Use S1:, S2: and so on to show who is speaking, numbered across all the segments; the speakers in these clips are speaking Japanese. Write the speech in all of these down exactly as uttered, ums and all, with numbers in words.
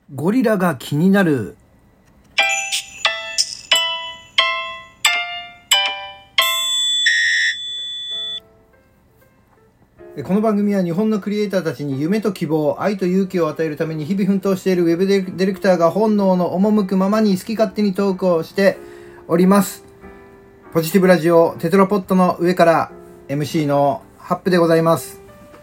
S1: ゴリラが気になる。この番組は日本のクリエイターたちに夢と希望、愛と勇気を与えるために日々奮闘しているウェブディレクターが本能の赴くままに好き勝手にトークをしております。ポジティブラジオテトラポットの上から エムシー のハップでございます。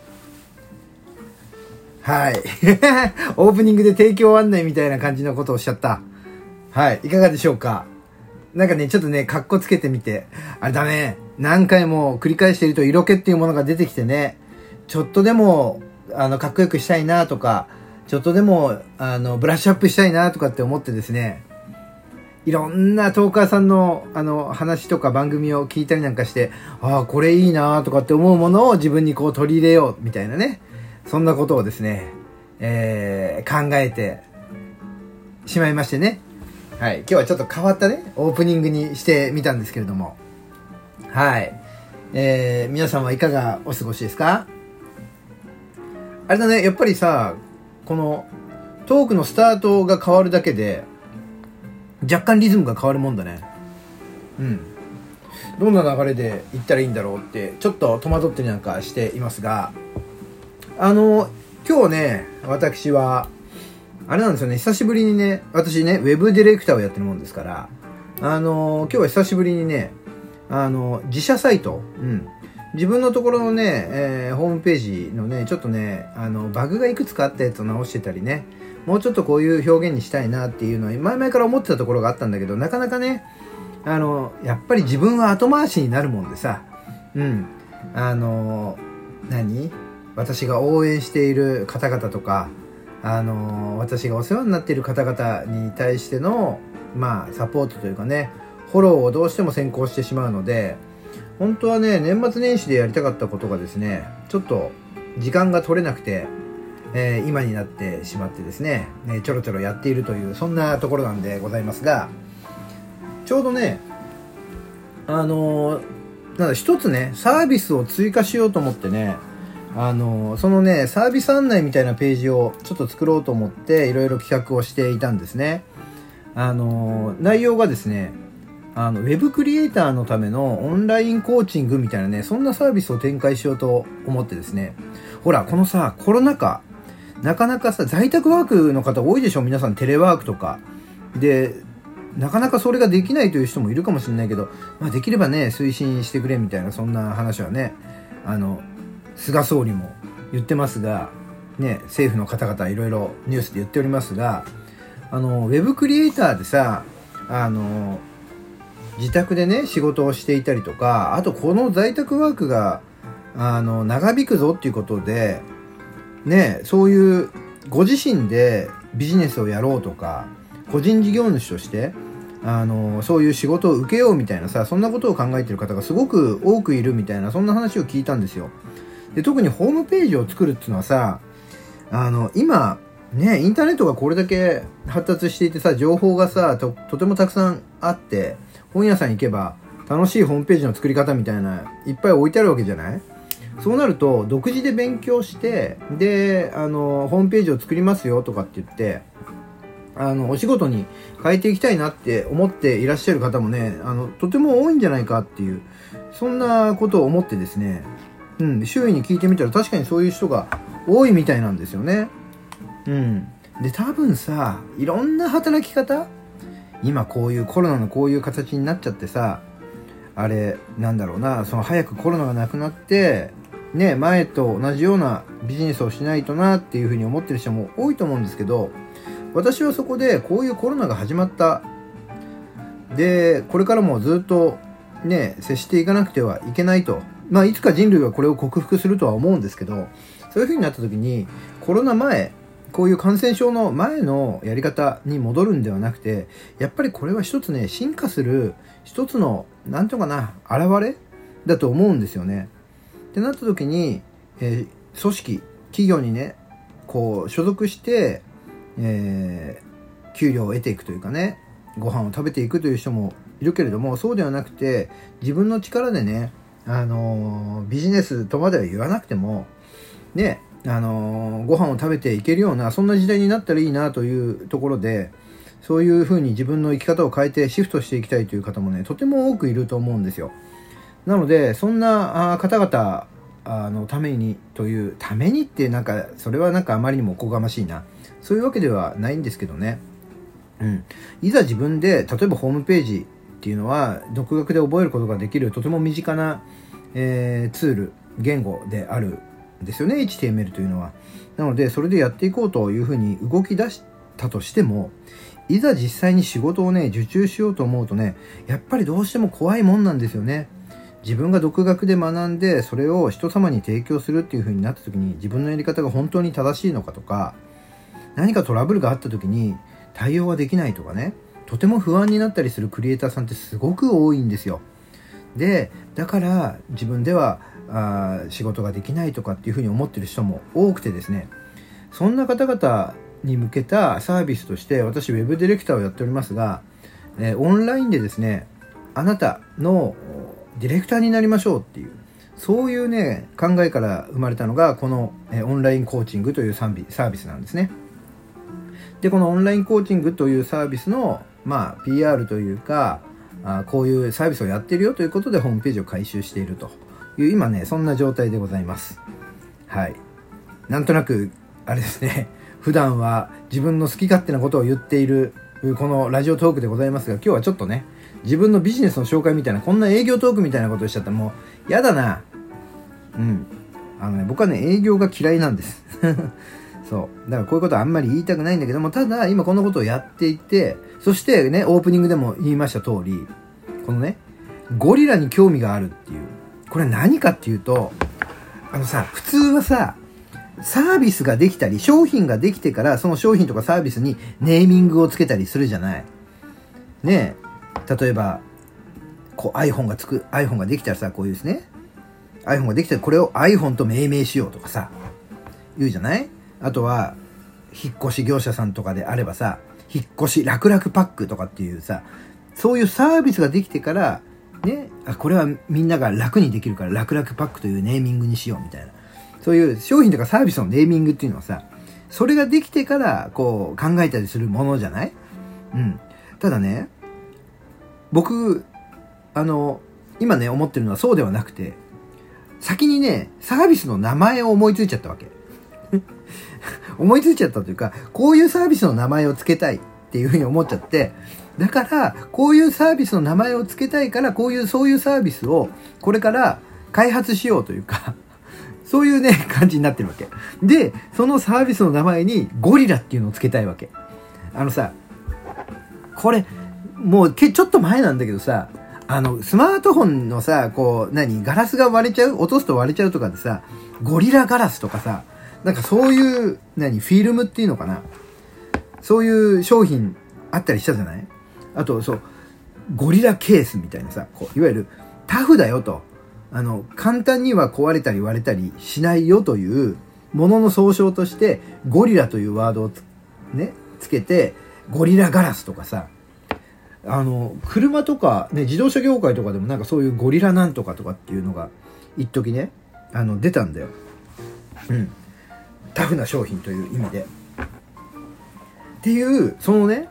S1: はいオープニングで提供案内みたいな感じのことをおっしゃった。はい、いかがでしょうか。なんかね、ちょっとね、カッコつけてみて、あれだね、何回も繰り返していると色気っていうものが出てきてね、ちょっとでもあのかっこよくしたいなとか、ちょっとでもあのブラッシュアップしたいなとかって思ってですね、いろんなトーカーさんのあの話とか番組を聞いたりなんかして、ああこれいいなとかって思うものを自分にこう取り入れようみたいなね、そんなことをですね、えー、考えてしまいましてね。はい、今日はちょっと変わったねオープニングにしてみたんですけれども、はい、えー、皆さんはいかがお過ごしですか。あれだね、やっぱりさ、このトークのスタートが変わるだけで若干リズムが変わるもんだね。うん、どんな流れでいったらいいんだろうってちょっと戸惑ってなんかしていますが、あの今日ね、私はあれなんですよね、久しぶりにね、私ねウェブディレクターをやってるもんですから、あの今日は久しぶりにね、あの自社サイト、うん、自分のところのね、えー、ホームページのね、ちょっとね、あのバグがいくつかあったやつを直してたりね、もうちょっとこういう表現にしたいなっていうのは前々から思ってたところがあったんだけど、なかなかね、あのやっぱり自分は後回しになるもんでさ、うん、あの何私が応援している方々とか、あの私がお世話になっている方々に対してのまあサポートというかね、フォローをどうしても先行してしまうので、本当はね、年末年始でやりたかったことがですね、ちょっと時間が取れなくて、えー、今になってしまってですね、ね、ちょろちょろやっているという、そんなところなんでございますが、ちょうどね、あのー、なんだ一つね、サービスを追加しようと思ってね、あのそのねサービス案内みたいなページをちょっと作ろうと思っていろいろ企画をしていたんですね。あの内容がですね、あのウェブクリエイターのためのオンラインコーチングみたいなね、そんなサービスを展開しようと思ってですね、ほらこのさコロナ禍、なかなかさ在宅ワークの方多いでしょ、皆さんテレワークとかで、なかなかそれができないという人もいるかもしれないけど、まあ、できればね推進してくれみたいな、そんな話はね、あの菅総理も言ってますが、ね、政府の方々いろいろニュースで言っておりますが、あのウェブクリエイターでさ、あの自宅でね仕事をしていたりとか、あとこの在宅ワークがあの長引くぞっていうことでね、そういうご自身でビジネスをやろうとか、個人事業主としてあのそういう仕事を受けようみたいなさ、そんなことを考えている方がすごく多くいるみたいな、そんな話を聞いたんですよ。で、特にホームページを作るっていうのはさ、あの今ね、インターネットがこれだけ発達していてさ、情報がさ と, とてもたくさんあって、本屋さん行けば楽しいホームページの作り方みたいないっぱい置いてあるわけじゃない。そうなると独自で勉強して、であのホームページを作りますよとかって言って、あのお仕事に変えていきたいなって思っていらっしゃる方もね、あのとても多いんじゃないかっていう、そんなことを思ってですね、うん、周囲に聞いてみたら確かにそういう人が多いみたいなんですよね。うん、で多分さ、いろんな働き方、今こういうコロナのこういう形になっちゃってさ、あれなんだろうな、その早くコロナがなくなってね、前と同じようなビジネスをしないとなっていうふうに思ってる人も多いと思うんですけど、私はそこでこういうコロナが始まった、でこれからもずっとね接していかなくてはいけないと、まあいつか人類はこれを克服するとは思うんですけど、そういう風になった時にコロナ前、こういう感染症の前のやり方に戻るんではなくて、やっぱりこれは一つね、進化する一つのなんていうかな、現れだと思うんですよね。ってなった時に、えー、組織企業にねこう所属して、えー、給料を得ていくというかね、ご飯を食べていくという人もいるけれども、そうではなくて自分の力でね、あのー、ビジネスとまでは言わなくてもね、 あのー、ご飯を食べていけるような、そんな時代になったらいいなというところで、そういう風に自分の生き方を変えてシフトしていきたいという方もね、とても多くいると思うんですよ。なので、そんな方々あのためにという、ためにってなんか、それはなんかあまりにもおこがましいな。そういうわけではないんですけどね。うん。いざ自分で、例えばホームページっていうのは、独学で覚えることができる、とても身近な、えー、ツール、言語であるんですよね、エイチティーエムエル というのは。なので、それでやっていこうというふうに動き出したとしても、いざ実際に仕事をね、受注しようと思うとね、やっぱりどうしても怖いもんなんですよね。自分が独学で学んで、それを人様に提供するっていう風になった時に、自分のやり方が本当に正しいのかとか、何かトラブルがあった時に対応ができないとかね、とても不安になったりするクリエイターさんってすごく多いんですよ。で、だから自分ではあ仕事ができないとかっていう風に思ってる人も多くてですね、そんな方々に向けたサービスとして、私ウェブディレクターをやっておりますが、えー、オンラインでですね、あなたのディレクターになりましょうっていう、そういうね、考えから生まれたのが、この、えー、オンラインコーチングというサービスなんですね。で、このオンラインコーチングというサービスの、まあ、ピーアール というか、あこういうサービスをやってるよということで、ホームページを改修しているという、今ね、そんな状態でございます。はい。なんとなく、あれですね、普段は自分の好き勝手なことを言っている、このラジオトークでございますが、今日はちょっとね、自分のビジネスの紹介みたいな、こんな営業トークみたいなことをしちゃったらもう、やだな。うん。あのね、僕はね、営業が嫌いなんです。そう。だからこういうことはあんまり言いたくないんだけども、ただ、今このことをやっていて、そしてね、オープニングでも言いました通り、このね、ゴリラに興味があるっていう。これ何かっていうと、あのさ、普通はさ、サービスができたり、商品ができてから、その商品とかサービスにネーミングをつけたりするじゃない。ねえ、例えば、こう iPhone がつく、iPhone ができたらさ、こういうですね、iPhone ができたらこれを iPhone と命名しようとかさ、言うじゃない。あとは、引っ越し業者さんとかであればさ、引っ越し楽々パックとかっていうさ、そういうサービスができてから、ね、あ、これはみんなが楽にできるから楽々パックというネーミングにしようみたいな。そういう商品とかサービスのネーミングっていうのはさ、それができてからこう考えたりするものじゃない？うん。ただね、僕、あの、今ね、思ってるのはそうではなくて、先にね、サービスの名前を思いついちゃったわけ。思いついちゃったというか、こういうサービスの名前を付けたいっていうふうに思っちゃって、だから、こういうサービスの名前を付けたいから、こういう、そういうサービスをこれから開発しようというか、そういうね、感じになってるわけ。で、そのサービスの名前にゴリラっていうのを付けたいわけ。あのさ、これ、もうけちょっと前なんだけどさ、あの、スマートフォンのさ、こう、何、ガラスが割れちゃう？落とすと割れちゃうとかでさ、ゴリラガラスとかさ、なんかそういう、何、フィルムっていうのかな？そういう商品あったりしたじゃない？あと、そう、ゴリラケースみたいなさ、こういわゆるタフだよと。あの、簡単には壊れたり割れたりしないよというものの総称として、ゴリラというワードをつ、ね、つけて、ゴリラガラスとかさ、あの、車とか、ね、自動車業界とかでもなんかそういうゴリラなんとかとかっていうのが、一時ね、あの、出たんだよ。うん。タフな商品という意味で。っていう、そのね、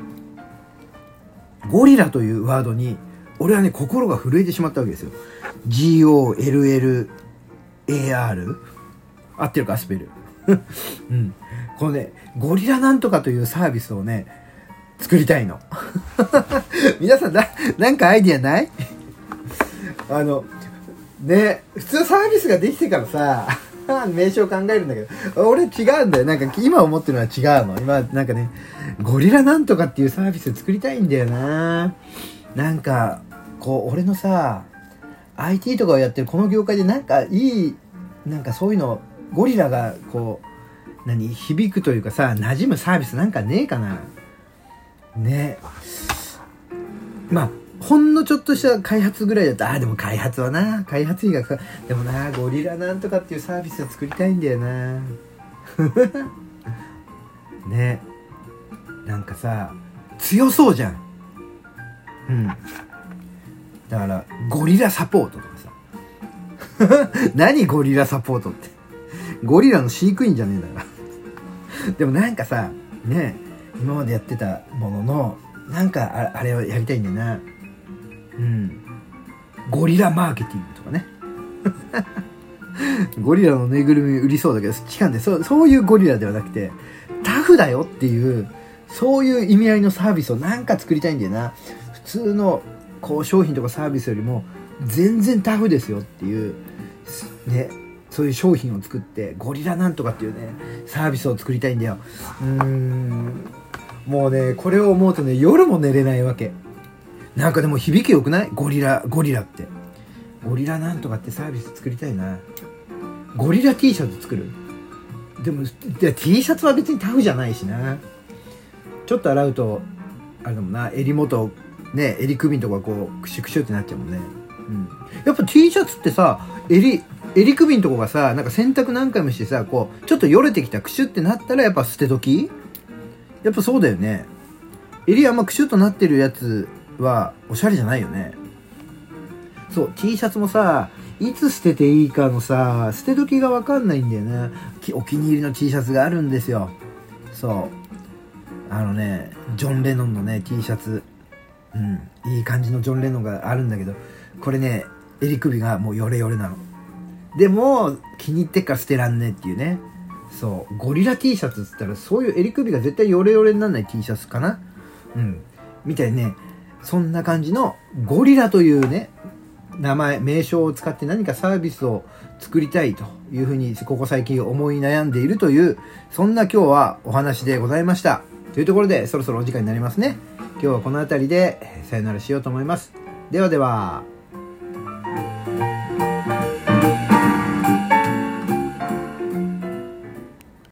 S1: ゴリラというワードに、俺はね、心が震えてしまったわけですよ。ジーオーエルエルエーアール？ 合ってるか、スペル。うん。このね、ゴリラなんとかというサービスをね、作りたいの。皆さんな、なんかアイディアない？あの、ね、普通サービスができてからさ、名称考えるんだけど、俺違うんだよ。なんか今思ってるのは違うの。今、なんかね、ゴリラなんとかっていうサービス作りたいんだよな。なんか、こう、俺のさ、アイティー とかをやってるこの業界でなんかいい、なんかそういうの、ゴリラがこう、何、響くというかさ、馴染むサービスなんかねえかな。ね。まあ、ほんのちょっとした開発ぐらいだったら、あ、でも開発はな、開発費がかかる。でもな、ゴリラなんとかっていうサービスを作りたいんだよな。ね。なんかさ、強そうじゃん。うん。だから、ゴリラサポートとかさ。何ゴリラサポートって。 ゴリラの飼育員じゃねえんだからでもなんかさね、今までやってたもののなんか あ, あれをやりたいんだよな。うん、ゴリラマーケティングとかねゴリラのぬいぐるみ売りそうだけど、違うんで、そそういうゴリラではなくてタフだよっていう、そういう意味合いのサービスをなんか作りたいんだよな。普通のこう商品とかサービスよりも全然タフですよっていうね、そういう商品を作ってゴリラなんとかっていうねサービスを作りたいんだよ。うーん、もうねこれを思うとね夜も寝れないわけ。なんかでも響きよくない？ゴリラゴリラってゴリラなんとかってサービス作りたいな。ゴリラ T シャツ作る。でも T シャツは別にタフじゃないしな。ちょっと洗うとあれだもんな、襟元ね、襟首のとこがこうクシュクシュってなっちゃうもんね。うん、やっぱ T シャツってさ、襟襟首のとこがさ、なんか洗濯何回もしてさ、こうちょっとよれてきたクシュってなったらやっぱ捨て時？やっぱそうだよね。襟あんまクシュっとなってるやつはおしゃれじゃないよね。そう、 T シャツもさ、いつ捨てていいかのさ、捨て時が分かんないんだよね。お気に入りの T シャツがあるんですよ。そうあのね、ジョン・レノンのね T シャツ、うん、いい感じのジョン・レノンがあるんだけど、これね襟首がもうヨレヨレなの。でも気に入ってっから捨てらんねえっていうね。そう、ゴリラ T シャツっつったらそういう襟首が絶対ヨレヨレにならない T シャツかな、うんみたいね。そんな感じのゴリラというね名前名称を使って何かサービスを作りたいというふうにここ最近思い悩んでいるという、そんな今日はお話でございました。というところでそろそろお時間になりますね。今日はこの辺りでさよならしようと思います。ではでは。